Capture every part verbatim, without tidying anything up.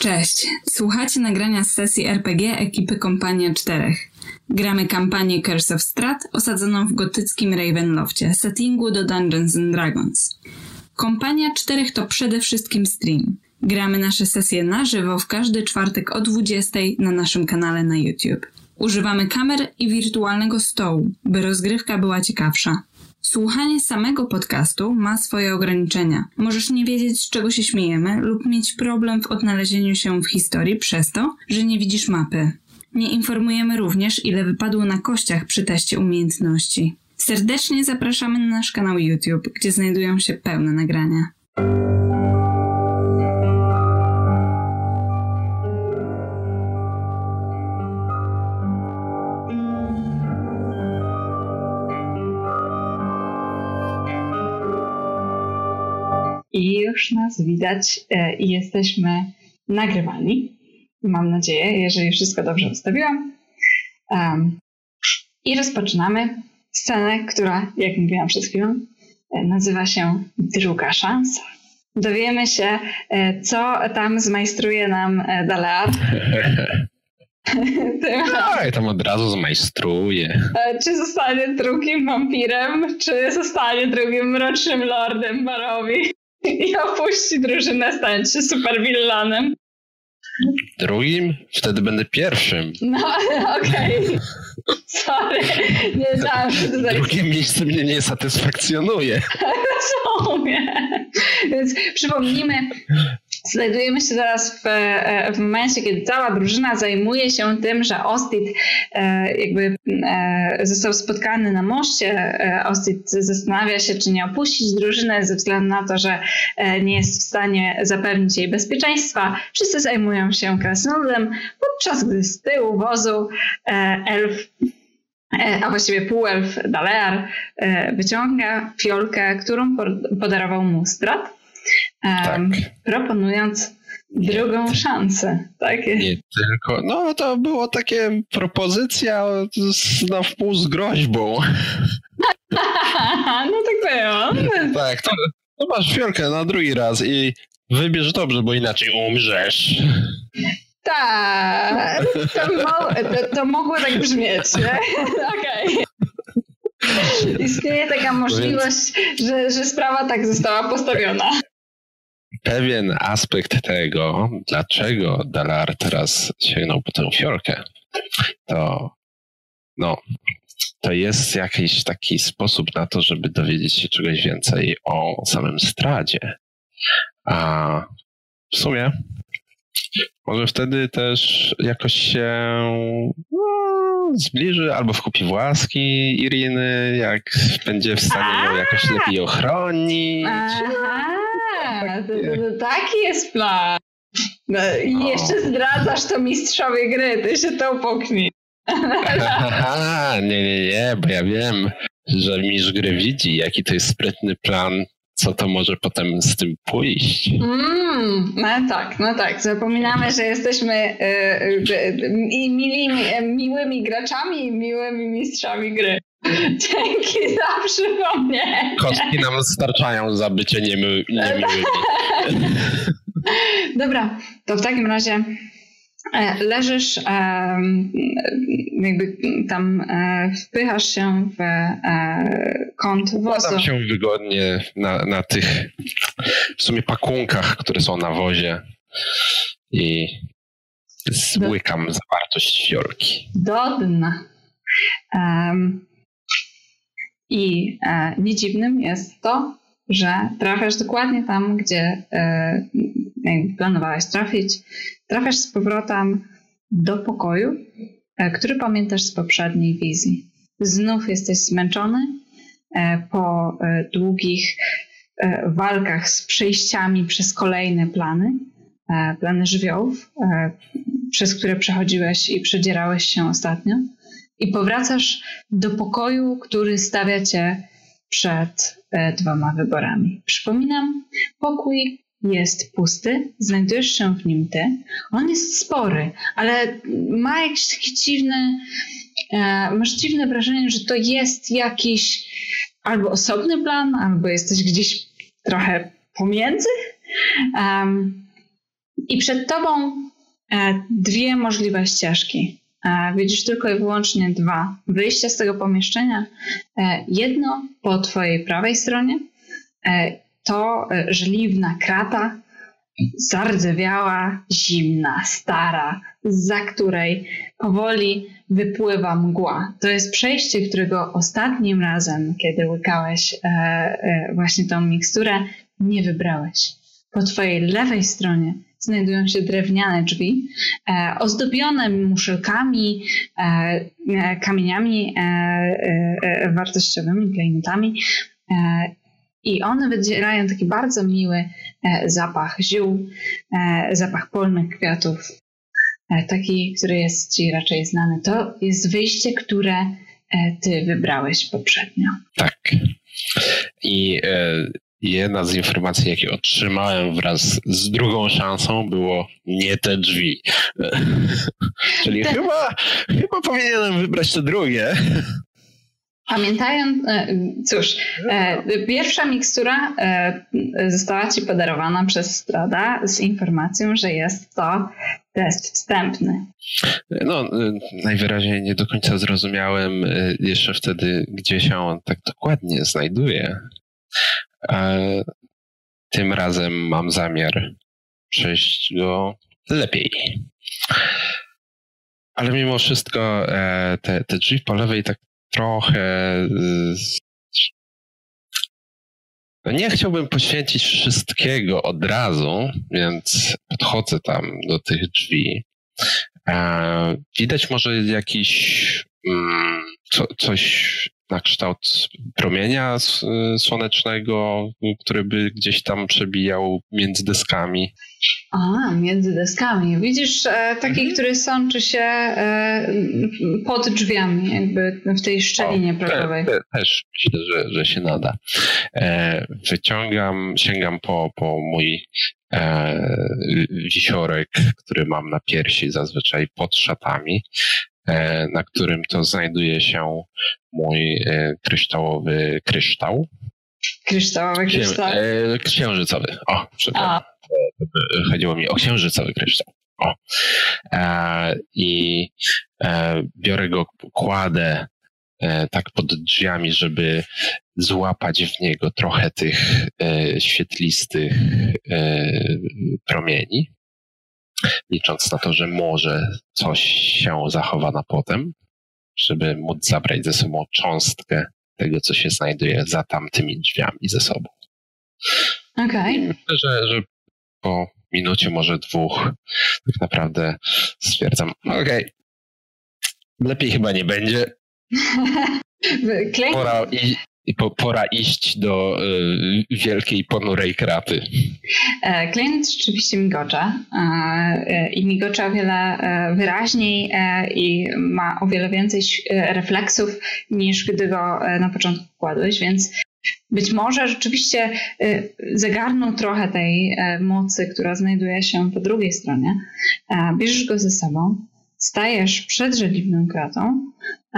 Cześć, słuchacie nagrania z sesji er pe gie ekipy Kompania czterech. Gramy kampanię Curse of Strahd osadzoną w gotyckim Ravenloftie, settingu do Dungeons and Dragons. Kompania czterech to przede wszystkim stream. Gramy nasze sesje na żywo w każdy czwartek o dwudziestej na naszym kanale na YouTube. Używamy kamer i wirtualnego stołu, by rozgrywka była ciekawsza. Słuchanie samego podcastu ma swoje ograniczenia. Możesz nie wiedzieć, z czego się śmiejemy lub mieć problem w odnalezieniu się w historii przez to, że nie widzisz mapy. Nie informujemy również, ile wypadło na kościach przy teście umiejętności. Serdecznie zapraszamy na nasz kanał YouTube, gdzie znajdują się pełne nagrania. I już nas widać e, i jesteśmy nagrywani. Mam nadzieję, jeżeli wszystko dobrze ustawiłam. Um, I rozpoczynamy scenę, która, jak mówiłam przed chwilą, e, nazywa się Druga Szansa. Dowiemy się, e, co tam zmajstruje nam e, Dalear. Tak, tam od razu zmajstruje. E, czy zostanie drugim wampirem, czy zostanie drugim mrocznym lordem Barowi. I opuści drużynę, stając się supervillanem. Drugim? Wtedy będę pierwszym. No, okej. Okay. Sorry. Nie znałam się tutaj. Drugie miejsce mnie nie satysfakcjonuje. Rozumiem. Więc przypomnijmy, znajdujemy się teraz w, w momencie, kiedy cała drużyna zajmuje się tym, że Ostit e, jakby e, został spotkany na moście. E, Ostit zastanawia się, czy nie opuścić drużynę ze względu na to, że e, nie jest w stanie zapewnić jej bezpieczeństwa. Wszyscy zajmują się krasnoludem, podczas gdy z tyłu wozu e, elf, e, a właściwie półelf Dalear e, wyciąga fiolkę, którą podarował mu Strahd. Um, tak. Proponując drugą nie, szansę. Tak? Nie tylko. No to było takie propozycja na wpół z groźbą. No tak było. Tak, to, to masz fiolkę na drugi raz i wybierz dobrze, bo inaczej umrzesz. Tak, to, mo- to, to mogło tak brzmieć, nie? Okej. Okay. Istnieje taka możliwość, Więc... że, że sprawa tak została postawiona. Pewien aspekt tego, dlaczego Dalear teraz sięgnął po tę fiolkę, to no, to jest jakiś taki sposób na to, żeby dowiedzieć się czegoś więcej o samym Strahdzie. A w sumie może wtedy też jakoś się no, zbliży albo wkupi w łaski Iriny, jak będzie w stanie ją jakoś lepiej ochronić. Tak, to, to, to taki jest plan. No, I no. Jeszcze zdradzasz to mistrzowi gry, ty się to upoknij. Aha, nie, nie, nie, bo ja wiem, że mistrz gry widzi, jaki to jest sprytny plan, co to może potem z tym pójść. Mm, no tak, no tak. Zapominamy, że jesteśmy y, y, y, milimi, miłymi graczami i miłymi mistrzami gry. Dzięki za przypomnienie. Kostki nam starczają za bycie niemy, niemiłymi. Dobra, to w takim razie e, leżysz, e, jakby tam e, wpychasz się w e, kąt wozu. Wkładam się wygodnie na, na tych w sumie pakunkach, które są na wozie i złykam Do... zawartość fiolki. Do dna. Um, I e, nie dziwnym jest to, że trafiasz dokładnie tam, gdzie e, jak planowałeś trafić. Trafiasz z powrotem do pokoju, e, który pamiętasz z poprzedniej wizji. Znów jesteś zmęczony e, po e, długich e, walkach z przejściami przez kolejne plany, e, plany żywiołów, e, przez które przechodziłeś i przedzierałeś się ostatnio. I powracasz do pokoju, który stawia cię przed e, dwoma wyborami. Przypominam, pokój jest pusty, znajdujesz się w nim ty. On jest spory, ale ma jakieś takie dziwne, e, masz dziwne wrażenie, że to jest jakiś albo osobny plan, albo jesteś gdzieś trochę pomiędzy. Um, I przed tobą dwie możliwe ścieżki. Widzisz tylko i wyłącznie dwa wyjścia z tego pomieszczenia. Jedno po twojej prawej stronie to żeliwna krata, zardzewiała, zimna, stara, za której powoli wypływa mgła. To jest przejście, którego ostatnim razem, kiedy łykałeś e, e, właśnie tą miksturę, nie wybrałeś. Po twojej lewej stronie znajdują się drewniane drzwi, e, ozdobione muszelkami, e, e, kamieniami e, e, wartościowymi, klejnotami. E, I one wydzielają taki bardzo miły e, zapach ziół, e, zapach polnych kwiatów, e, taki, który jest ci raczej znany. To jest wyjście, które e, ty wybrałeś poprzednio. Tak. I e, jedna z informacji, jakie otrzymałem wraz z drugą szansą, było nie te drzwi. Czyli chyba, chyba powinienem wybrać te drugie. Pamiętając, cóż, pierwsza mikstura została ci podarowana przez Strada z informacją, że jest to test wstępny. No, najwyraźniej nie do końca zrozumiałem jeszcze wtedy, gdzie się on tak dokładnie znajduje. Tym razem mam zamiar przejść go lepiej. Ale mimo wszystko te, te drzwi po lewej tak trochę... No nie chciałbym poświęcić wszystkiego od razu, więc podchodzę tam do tych drzwi. Widać może jakiś mm, co, coś na kształt promienia słonecznego, który by gdzieś tam przebijał między deskami. A, między deskami. Widzisz e, taki, mm-hmm. który sączy się e, pod drzwiami, jakby w tej szczelinie progowej. Te, te, też myślę, że, że się nada. E, wyciągam, sięgam po, po mój e, wisiorek, który mam na piersi zazwyczaj pod szatami, e, na którym to znajduje się mój e, kryształowy kryształ. Kryształowy kryształ? E, księżycowy. O, przepraszam. Chodziło mi o księżycowy kryształ. O. E, I e, biorę go, kładę e, tak pod drzwiami, żeby złapać w niego trochę tych e, świetlistych e, promieni, licząc na to, że może coś się zachowa na potem, żeby móc zabrać ze sobą cząstkę tego, co się znajduje za tamtymi drzwiami ze sobą. Okej. Okay. Myślę, że, że po minucie, może dwóch, tak naprawdę stwierdzam, okej, okay, lepiej chyba nie będzie. Pora, i, pora iść do y, wielkiej, ponurej kraty. Klient rzeczywiście migocza y, i migocza o wiele y, wyraźniej y, i ma o wiele więcej refleksów niż gdy go y, na początku kładłeś, więc być może rzeczywiście zagarnął trochę tej mocy, która znajduje się po drugiej stronie. Bierzesz go ze sobą, stajesz przed żeliwną kratą.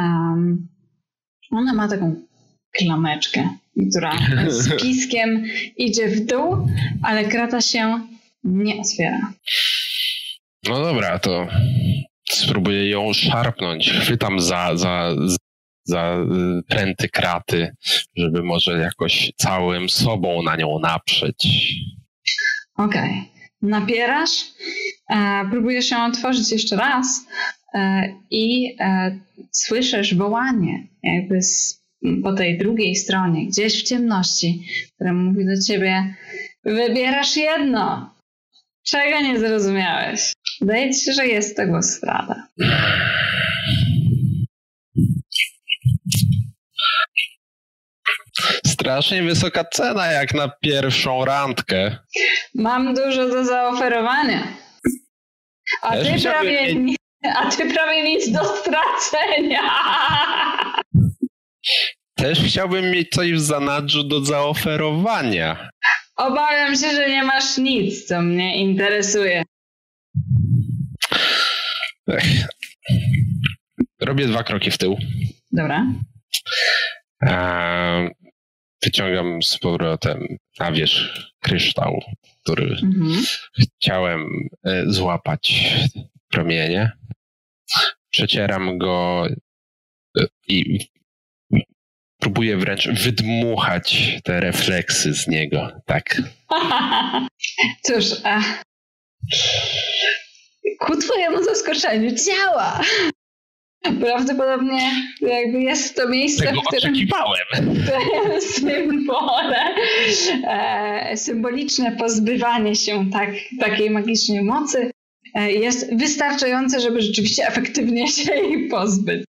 Ona ma taką klameczkę, która z piskiem idzie w dół, ale krata się nie otwiera. No dobra, to spróbuję ją szarpnąć. Chwytam za... za... za pręty kraty, żeby może jakoś całym sobą na nią naprzeć. Okej. Okay. Napierasz, e, próbujesz ją otworzyć jeszcze raz e, i e, słyszysz wołanie jakby z, po tej drugiej stronie, gdzieś w ciemności, które mówi do ciebie: wybierasz jedno. Czego nie zrozumiałeś? Wydaje ci się, że jest to głos Strada. Strasznie wysoka cena jak na pierwszą randkę. Mam dużo do zaoferowania. A ty, prawie, mieć... a ty prawie nic do stracenia. Też chciałbym mieć coś w zanadrzu do zaoferowania. Obawiam się, że nie masz nic, co mnie interesuje. Ech. Robię dwa kroki w tył. Dobra. Eee, wyciągam z powrotem, a wiesz, kryształ, który mhm. chciałem złapać promienie. Przecieram go i próbuję wręcz wydmuchać te refleksy z niego, tak. Cóż, a... ku twojemu zaskoczeniu działa. Prawdopodobnie jakby jest to miejsce, Tego w którym oczekiwałem. te symbole, e, symboliczne pozbywanie się tak, takiej magicznej mocy e, jest wystarczające, żeby rzeczywiście efektywnie się jej pozbyć.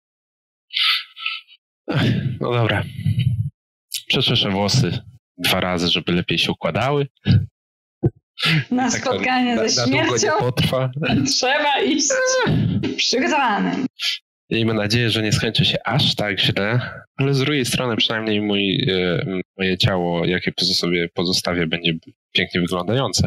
No dobra. Przeczeszę włosy dwa razy, żeby lepiej się układały. Na tak spotkanie na, ze śmiercią na potrwa. Trzeba iść przygotowanym. Miejmy nadzieję, że nie skończy się aż tak źle, ale z drugiej strony przynajmniej mój, moje ciało, jakie sobie pozostawię, będzie pięknie wyglądające.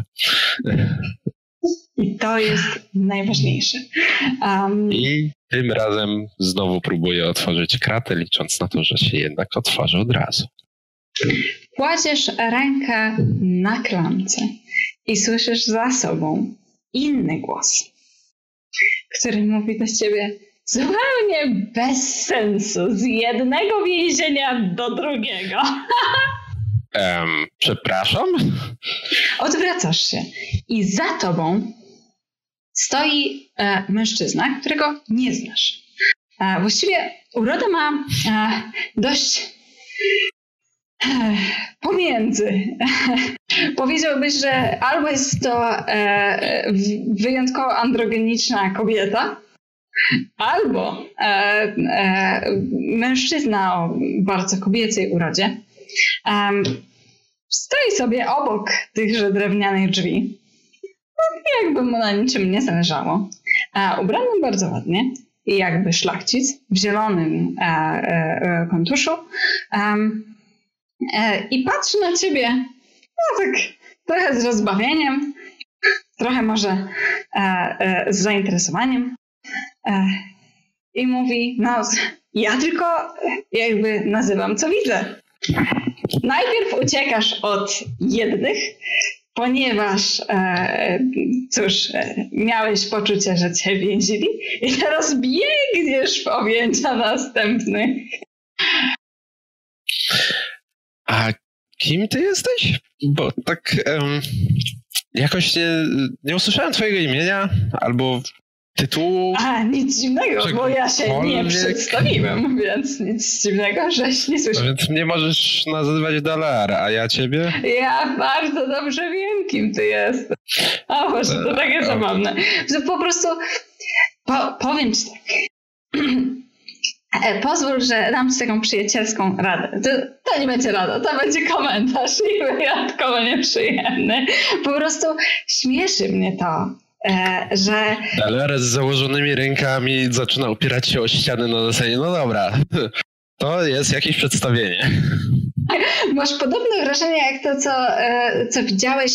I to jest najważniejsze. Um, I tym razem znowu próbuję otworzyć kratę, licząc na to, że się jednak otworzy od razu. Kładziesz rękę na klamce i słyszysz za sobą inny głos, który mówi do ciebie zupełnie bez sensu, z jednego więzienia do drugiego. Um, przepraszam? Odwracasz się i za tobą stoi e, mężczyzna, którego nie znasz. E, właściwie uroda ma e, dość e, pomiędzy. Powiedziałbyś, że albo jest to e, wyjątkowo androgeniczna kobieta, albo e, e, mężczyzna o bardzo kobiecej urodzie. Um, stoi sobie obok tychże drewnianych drzwi. Jakby mu na niczym nie zależało. E, ubrany bardzo ładnie i jakby szlachcic w zielonym e, e, kontuszu. Um, e, I patrzy na ciebie no tak trochę z rozbawieniem, trochę może e, e, z zainteresowaniem. E, I mówi, no ja tylko jakby nazywam co widzę. Najpierw uciekasz od jednych, ponieważ e, cóż, e, miałeś poczucie, że cię więzili i teraz biegniesz w objęcia następnych. A kim ty jesteś? Bo tak um, jakoś nie, nie usłyszałem twojego imienia albo tytułu. A, nic dziwnego, bo ja się nie przedstawiłem, więc nic dziwnego, żeś nie słyszał. No więc mnie możesz nazywać Dalar, a ja ciebie? Ja bardzo dobrze wiem, kim ty jesteś. A może to takie okay. zabawne. Po prostu po, powiem ci tak. Pozwól, że dam ci taką przyjacielską radę. To, to nie będzie rada, to będzie komentarz i wyjątkowo nieprzyjemny. Po prostu śmieszy mnie to, e, że... Dalar z założonymi rękami zaczyna opierać się o ściany na zasadzie, no dobra, to jest jakieś przedstawienie. Masz podobne wrażenie jak to, co, co widziałeś,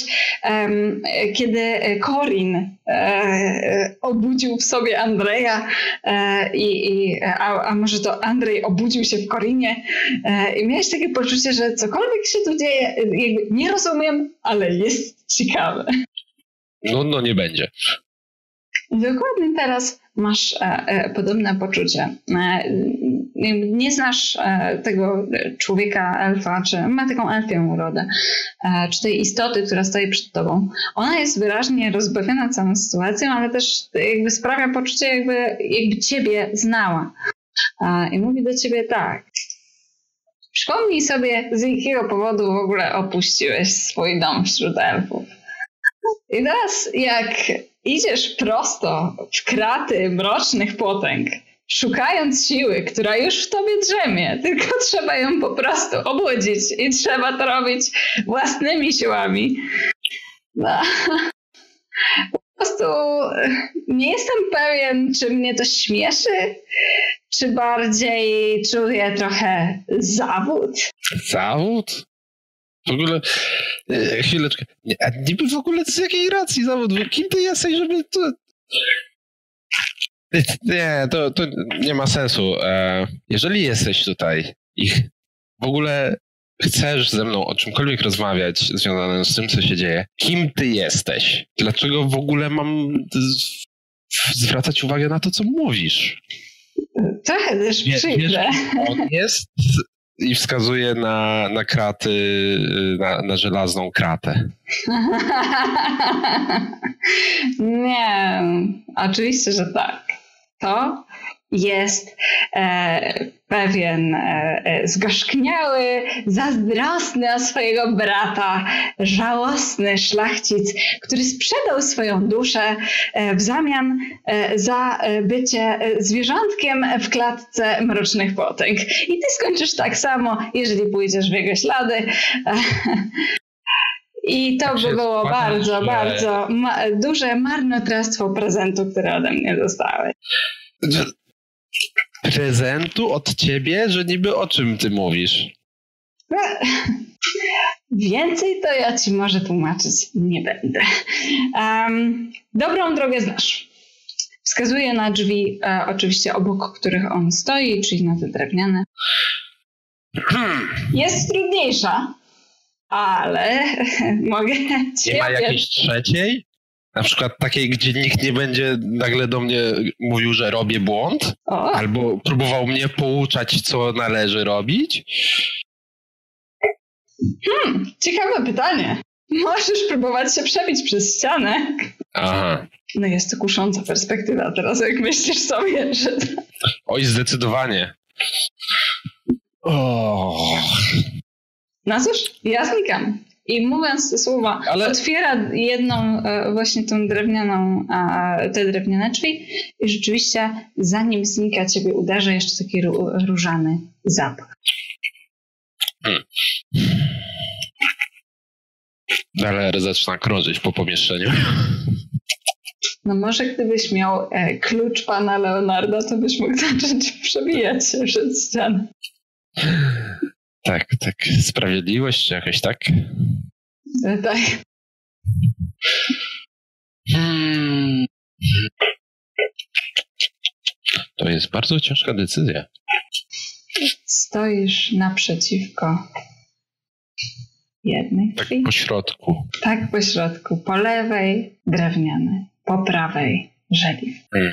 kiedy Corin obudził w sobie Andrzeja, i, i, a, a może to Andrzej obudził się w Corinie i miałeś takie poczucie, że cokolwiek się tu dzieje, jakby nie rozumiem, ale jest ciekawe. No, no nie będzie. Dokładnie teraz masz e, e, podobne poczucie. E, nie znasz e, tego człowieka elfa, czy ma taką elfią urodę, e, czy tej istoty, która stoi przed tobą. Ona jest wyraźnie rozbawiona całą sytuacją, ale też jakby sprawia poczucie, jakby, jakby ciebie znała. E, I mówi do ciebie tak. Przypomnij sobie, z jakiego powodu w ogóle opuściłeś swój dom wśród elfów. I teraz jak idziesz prosto w kraty mrocznych potęg, szukając siły, która już w tobie drzemie, tylko trzeba ją po prostu obudzić i trzeba to robić własnymi siłami. No. Po prostu nie jestem pewien, czy mnie to śmieszy, czy bardziej czuję trochę zawód. Zawód? W ogóle, e, chwileczkę, nie, a niby w ogóle z jakiej racji zawód? Kim ty jesteś, żeby to... Nie, to, to nie ma sensu. E, jeżeli jesteś tutaj i w ogóle chcesz ze mną o czymkolwiek rozmawiać związanym z tym, co się dzieje, kim ty jesteś? Dlaczego w ogóle mam z- zwracać uwagę na to, co mówisz? Trochę też Wie- przykre. Wiesz, on jest i wskazuje na, na kraty, na, na żelazną kratę. Nie, oczywiście, że tak. To jest e, pewien e, e, zgorzkniały, zazdrosny o swojego brata, żałosny szlachcic, który sprzedał swoją duszę e, w zamian e, za e, bycie e, zwierzątkiem w klatce mrocznych potęg. I ty skończysz tak samo, jeżeli pójdziesz w jego ślady. E, I to by było bardzo, bardzo ma- duże marnotrawstwo prezentu, które ode mnie dostałeś. Prezentu od ciebie, że niby o czym ty mówisz? Więcej to ja ci może tłumaczyć nie będę. Um, dobrą drogę znasz. Wskazuje na drzwi, e, oczywiście obok których on stoi, czyli na te drewniane. Hmm. Jest trudniejsza, ale mogę ci Nie ma obiec- jakiejś trzeciej? Na przykład takiej, gdzie nikt nie będzie nagle do mnie mówił, że robię błąd? O, Albo próbował mnie pouczać, co należy robić? hmm, ciekawe pytanie. Możesz próbować się przebić przez ścianę. Aha. No jest to kusząca perspektywa teraz, jak myślisz sobie, że... Oj, zdecydowanie. O. No cóż, ja znikam. I mówiąc te słowa, Ale- otwiera jedną e, właśnie tą drewnianą, e, te drewniane drzwi i rzeczywiście zanim znika, ciebie uderza jeszcze taki ró- różany zapach. Hmm. Daler zaczyna krążyć po pomieszczeniu. No może gdybyś miał e, klucz pana Leonarda, to byś mógł zacząć przebijać się przez ścianę. Tak, tak. Sprawiedliwość czy jakoś tak? E, tak. Hmm. To jest bardzo ciężka decyzja. Stoisz naprzeciwko jednej Tak drzwi. po środku. Tak po środku. Po lewej drewniany, po prawej żeliw. Hmm.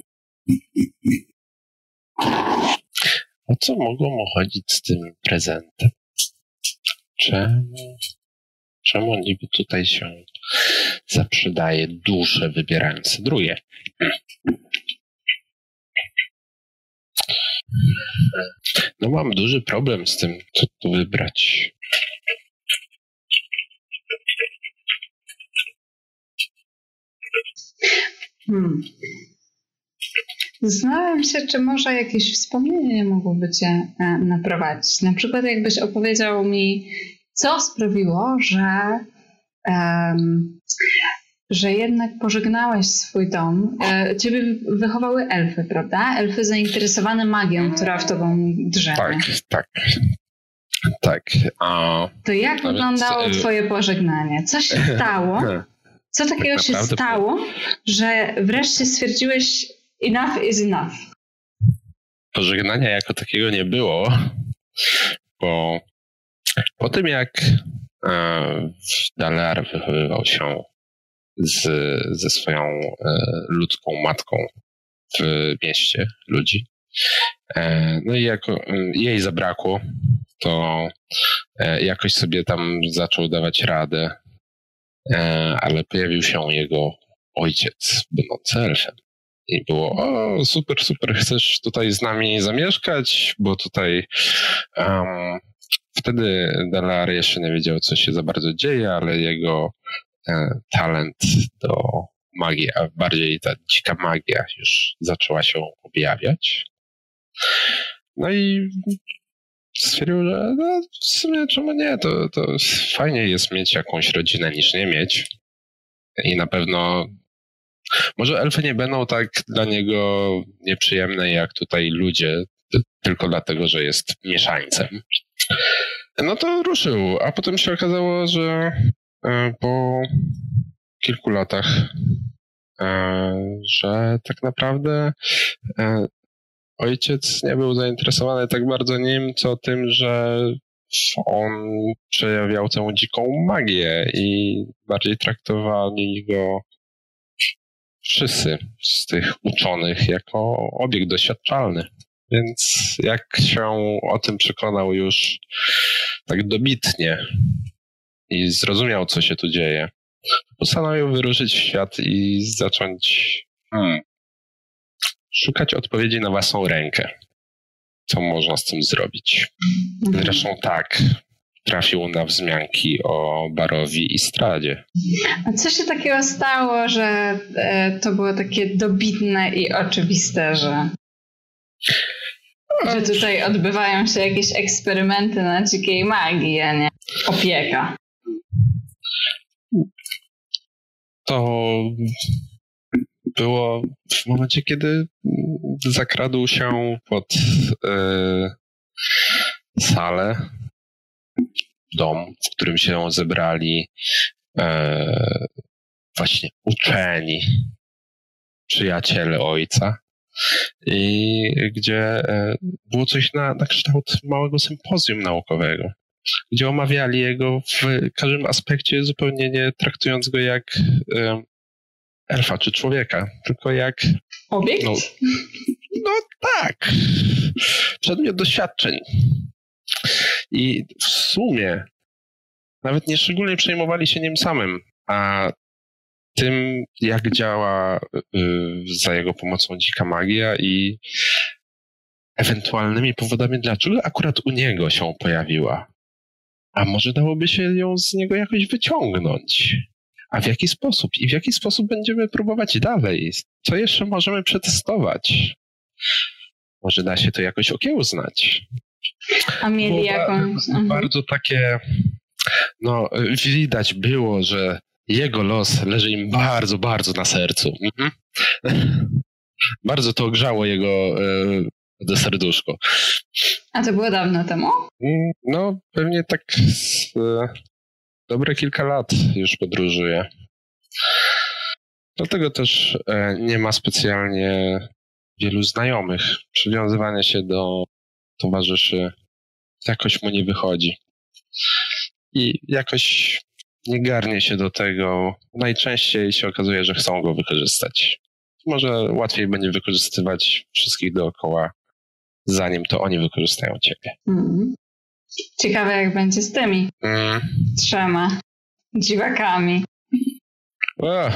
O co mogło mu chodzić z tym prezentem? Czemu, czemu niby tutaj się zaprzedaje dusze wybierające drugie? No mam duży problem z tym, co tu wybrać. Hmm. Zastanawiam się, czy może jakieś wspomnienie mogłoby cię e, naprowadzić. Na przykład jakbyś opowiedział mi, co sprawiło, że, em, że jednak pożegnałeś swój dom. E, ciebie wychowały elfy, prawda? Elfy zainteresowane magią, która w tobą drze. Tak, tak. Tak. A... To jak Nawet, wyglądało y- twoje pożegnanie? Co się stało? Co takiego Tak się naprawdę stało, że wreszcie stwierdziłeś enough is enough? Pożegnania jako takiego nie było, bo po tym jak e, Dalar wychowywał się z, ze swoją e, ludzką matką w mieście ludzi, e, no i jako e, jej zabrakło, to e, jakoś sobie tam zaczął dawać radę, e, ale pojawił się jego ojciec, będący elfem. I było, o super, super, chcesz tutaj z nami zamieszkać, bo tutaj um, wtedy Dalar jeszcze nie wiedział, co się za bardzo dzieje, ale jego e, talent do magii, a bardziej ta dzika magia już zaczęła się objawiać. No i stwierdził, że no, w sumie czemu nie, to, to fajnie jest mieć jakąś rodzinę niż nie mieć. I na pewno może elfy nie będą tak dla niego nieprzyjemne jak tutaj ludzie, t- tylko dlatego, że jest mieszańcem. No to ruszył, a potem się okazało, że e, po kilku latach, e, że tak naprawdę e, ojciec nie był zainteresowany tak bardzo nim, co tym, że on przejawiał tę dziką magię i bardziej traktowali go wszyscy z tych uczonych jako obiekt doświadczalny. Więc jak się o tym przekonał już tak dobitnie i zrozumiał, co się tu dzieje, postanowił wyruszyć w świat i zacząć hmm, szukać odpowiedzi na własną rękę. Co można z tym zrobić? Zresztą tak, trafił na wzmianki o Barowi i Stradzie. A co się takiego stało, że e, to było takie dobitne i oczywiste, że, że tutaj odbywają się jakieś eksperymenty na dzikiej magii, a nie opieka? To było w momencie, kiedy zakradł się pod e, salę, dom, w którym się zebrali e, właśnie uczeni, przyjaciele ojca, i gdzie e, było coś na, na kształt małego sympozjum naukowego, gdzie omawiali jego w każdym aspekcie, zupełnie nie traktując go jak e, elfa czy człowieka, tylko jak... Obiekt? No, no tak. Przedmiot doświadczeń. I w sumie nawet nie szczególnie przejmowali się nim samym, a tym, jak działa y, za jego pomocą dzika magia i ewentualnymi powodami, dlaczego akurat u niego się pojawiła. A może dałoby się ją z niego jakoś wyciągnąć? A w jaki sposób? I w jaki sposób będziemy próbować dalej? Co jeszcze możemy przetestować? Może da się to jakoś okiełznać? A mieli Było jakąś... Bardzo, bardzo takie... No, widać było, że jego los leży im bardzo, bardzo na sercu. Mhm. Bardzo to ogrzało jego e, serduszko. A to było dawno temu? No, pewnie tak z, e, dobre kilka lat już podróżuje. Dlatego też e, nie ma specjalnie wielu znajomych. Przywiązywanie się do towarzyszy jakoś mu nie wychodzi. I jakoś nie garnie się do tego. Najczęściej się okazuje, że chcą go wykorzystać. Może łatwiej będzie wykorzystywać wszystkich dookoła, zanim to oni wykorzystają ciebie. Mm. Ciekawe, jak będzie z tymi mm. trzema dziwakami. O.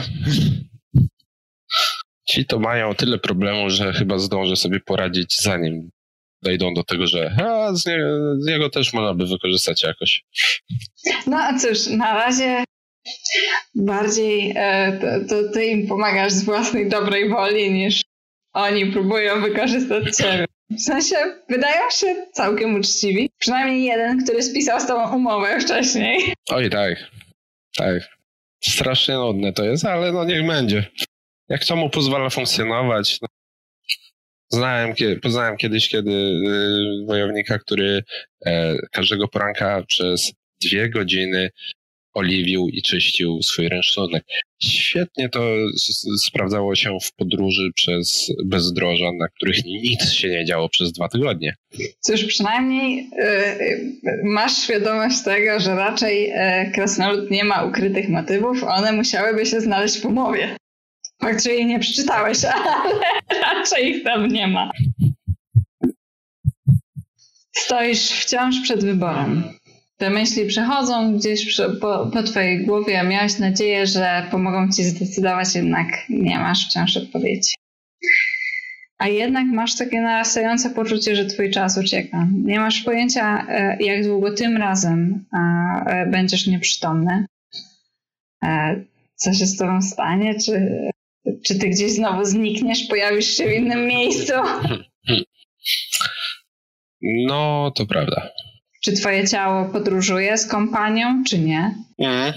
Ci to mają tyle problemu, że chyba zdążę sobie poradzić, zanim dojdą do tego, że a, z, nie, z niego też można by wykorzystać jakoś. No a cóż, na razie bardziej e, to, to ty im pomagasz z własnej dobrej woli, niż oni próbują wykorzystać ciebie. W sensie wydają się całkiem uczciwi. Przynajmniej jeden, który spisał z tobą umowę wcześniej. Oj tak, tak. Strasznie nudne to jest, ale no niech będzie. Jak to mu pozwala funkcjonować. No. Znałem, poznałem kiedyś kiedy yy, wojownika, który e, każdego poranka przez dwie godziny oliwił i czyścił swój ręcznunek. Świetnie to s- sprawdzało się w podróży przez bezdroża, na których nic się nie działo przez dwa tygodnie. Cóż, przynajmniej yy, masz świadomość tego, że raczej yy, krasnolud nie ma ukrytych motywów, one musiałyby się znaleźć w umowie. Fakt, że jej nie przeczytałeś, ale raczej ich tam nie ma. Stoisz wciąż przed wyborem. Te myśli przechodzą gdzieś przy, po, po twojej głowie, a miałeś nadzieję, że pomogą ci zdecydować, jednak nie masz wciąż odpowiedzi. A jednak masz takie narastające poczucie, że twój czas ucieka. Nie masz pojęcia, jak długo tym razem będziesz nieprzytomny. Co się z tobą stanie? Czy, czy ty gdzieś znowu znikniesz, pojawisz się w innym miejscu? No, to prawda. Czy twoje ciało podróżuje z kompanią, czy nie? Mm.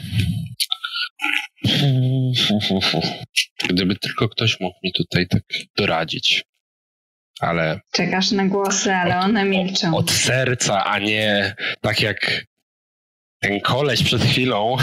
Gdyby tylko ktoś mógł mi tutaj tak doradzić. Ale... Czekasz na głosy, ale od, one milczą. Od serca, a nie tak jak ten koleś przed chwilą.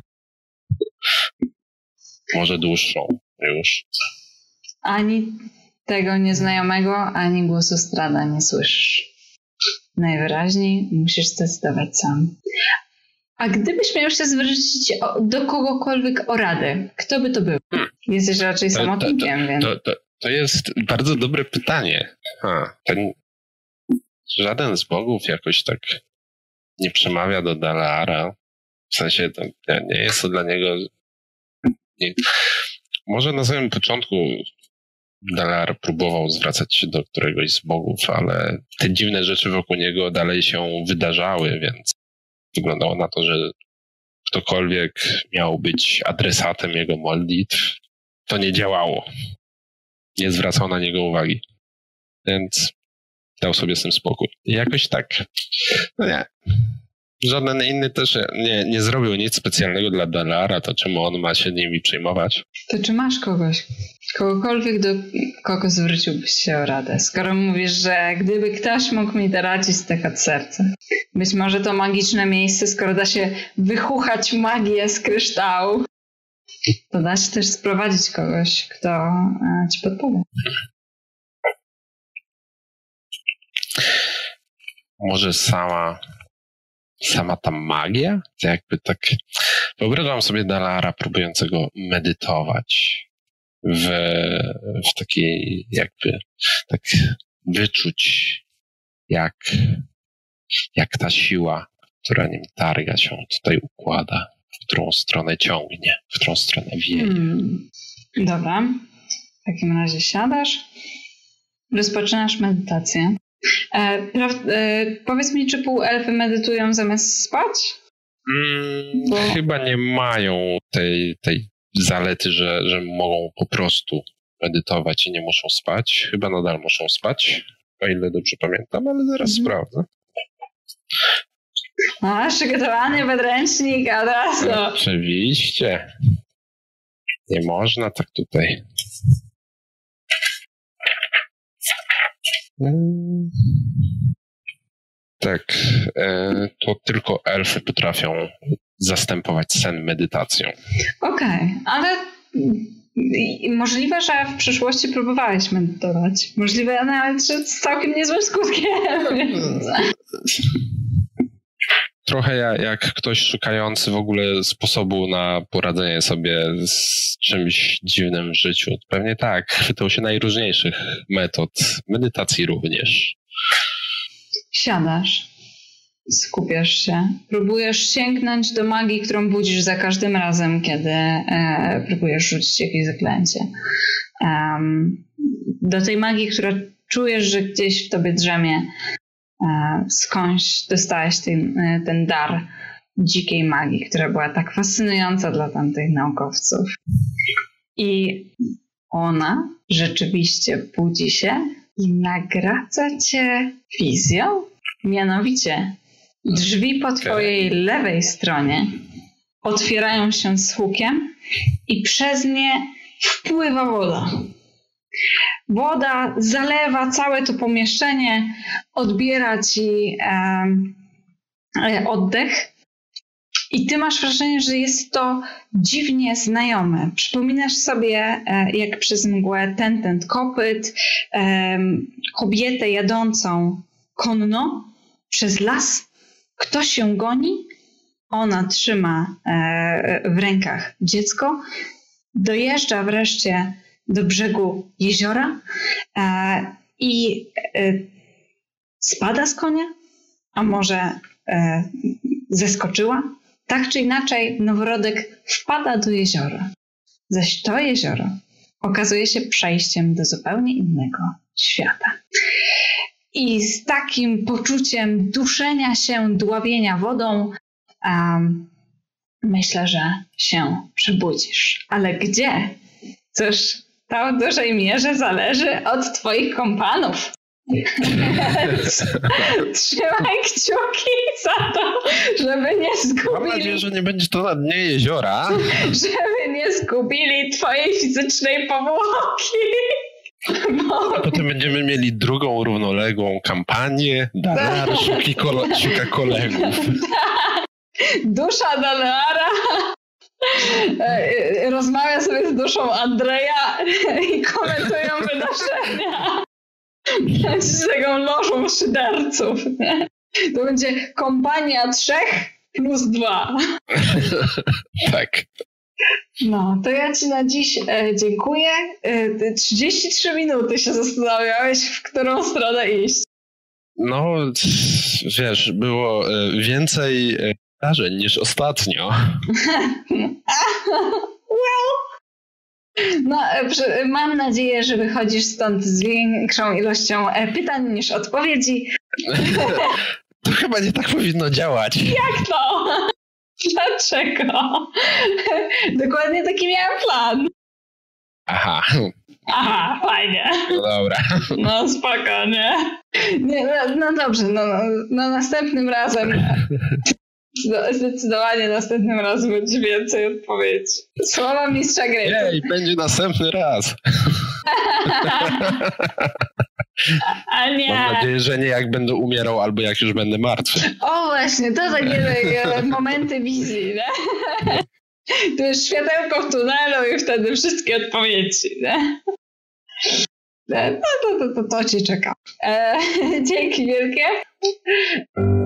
Może dłuższą już. Ani tego nieznajomego, ani głosu Strada nie słyszysz. najwyraźniej musisz zdecydować sam. A gdybyś miał się zwrócić do kogokolwiek o radę, kto by to był? Jesteś raczej samotnikiem, to, to, więc... To, to, to jest bardzo dobre pytanie. Ha, ten, żaden z bogów jakoś tak nie przemawia do Dalaara. W sensie to nie jest to dla niego... Nie, może na samym początku Dalaar próbował zwracać się do któregoś z bogów, ale te dziwne rzeczy wokół niego dalej się wydarzały, więc wyglądało na to, że ktokolwiek miał być adresatem jego modlitw, to nie działało. Nie zwracał na niego uwagi. Więc dał sobie z tym spokój. I jakoś tak, no nie. Żaden inny też nie, nie zrobił nic specjalnego dla Dalaara, to czemu on ma się nimi przejmować? To czy masz kogoś? Kogokolwiek, do kogo zwróciłbyś się o radę? Skoro mówisz, że gdyby ktoś mógł mi doradzić tak od serca. Być może to magiczne miejsce, skoro da się wychuchać magię z kryształu, to da się też sprowadzić kogoś, kto e, ci podpowie. Może sama sama ta magia? To jakby tak... Wyobrażam sobie Dalaara próbującego medytować w, w takiej jakby tak wyczuć jak, jak ta siła, która nim targa się tutaj układa, w którą stronę ciągnie, w którą stronę wieje. Hmm. Dobra. W takim razie siadasz, rozpoczynasz medytację. E, pra- e, powiedz mi, czy półelfy medytują zamiast spać? Mm, Bo... Chyba nie mają tej, tej zalety, że, że mogą po prostu medytować i nie muszą spać. Chyba nadal muszą spać, o ile dobrze pamiętam, ale zaraz mm. sprawdzę. Masz przygotowany podręcznik od razu. Oczywiście. Nie można tak tutaj. Hmm. Tak, to tylko elfy potrafią zastępować sen medytacją. Okej, okay, ale możliwe, że w przyszłości próbowałeś medytować. Możliwe nawet, że z całkiem niezłym skutkiem. Trochę jak ktoś szukający w ogóle sposobu na poradzenie sobie z czymś dziwnym w życiu. Pewnie tak, chwytał się najróżniejszych metod, medytacji również. Siadasz, skupiasz się, próbujesz sięgnąć do magii, którą budzisz za każdym razem, kiedy e, próbujesz rzucić jakieś zaklęcie. Um, do tej magii, która czujesz, że gdzieś w tobie drzemie, e, skądś dostałeś ten, ten dar dzikiej magii, która była tak fascynująca dla tamtych naukowców. I ona rzeczywiście budzi się i nagradza cię wizją. Mianowicie drzwi po twojej lewej stronie otwierają się z hukiem i przez nie wpływa woda. Woda zalewa całe to pomieszczenie, odbiera ci e, oddech i ty masz wrażenie, że jest to dziwnie znajome. Przypominasz sobie, e, jak przez mgłę ten, ten kopyt, e, kobietę jadącą konno przez las. Ktoś ją goni, ona trzyma e, w rękach dziecko, dojeżdża wreszcie do brzegu jeziora e, i e, spada z konia, a może e, zeskoczyła. Tak czy inaczej noworodek wpada do jeziora. Zaś to jezioro okazuje się przejściem do zupełnie innego świata. I z takim poczuciem duszenia się, dławienia wodą um, myślę, że się przebudzisz. Ale gdzie? Cóż, to w dużej mierze zależy od twoich kompanów. Trzymaj kciuki za to, żeby nie zgubili... Mam nadzieję, że nie będzie to na dnie jeziora. Żeby nie zgubili twojej fizycznej powłoki. Bo... Potem będziemy mieli drugą równoległą kampanię. Dalaar szuka kolegów. Dusza Dalaara rozmawia sobie z duszą Andrzeja i komentują wydarzenia. z taką lożą szyderców. Nie? To będzie kompania trzech plus dwa. Tak. No, to ja ci na dziś e, dziękuję. E, trzydzieści trzy minuty się zastanawiałeś, w którą stronę iść. No, wiesz, było więcej zdarzeń niż ostatnio. Well. No, mam nadzieję, że wychodzisz stąd z większą ilością pytań niż odpowiedzi. To chyba nie tak powinno działać. Jak to? Dlaczego? Dokładnie taki miałem plan. Aha. Aha, fajnie. No dobra. No spoko, nie? nie no, no dobrze, no, no, no następnym razem zdecydowanie następnym razem będzie więcej odpowiedzi. Słowa mistrza gry. Jej, będzie następny raz. A nie. Mam nadzieję, że nie jak będę umierał albo jak już będę martwy. O właśnie, to takie, takie momenty wizji, nie? To jest światełko w tunelu i wtedy wszystkie odpowiedzi, nie? No to, to, to, to ci czekam. E, dzięki wielkie.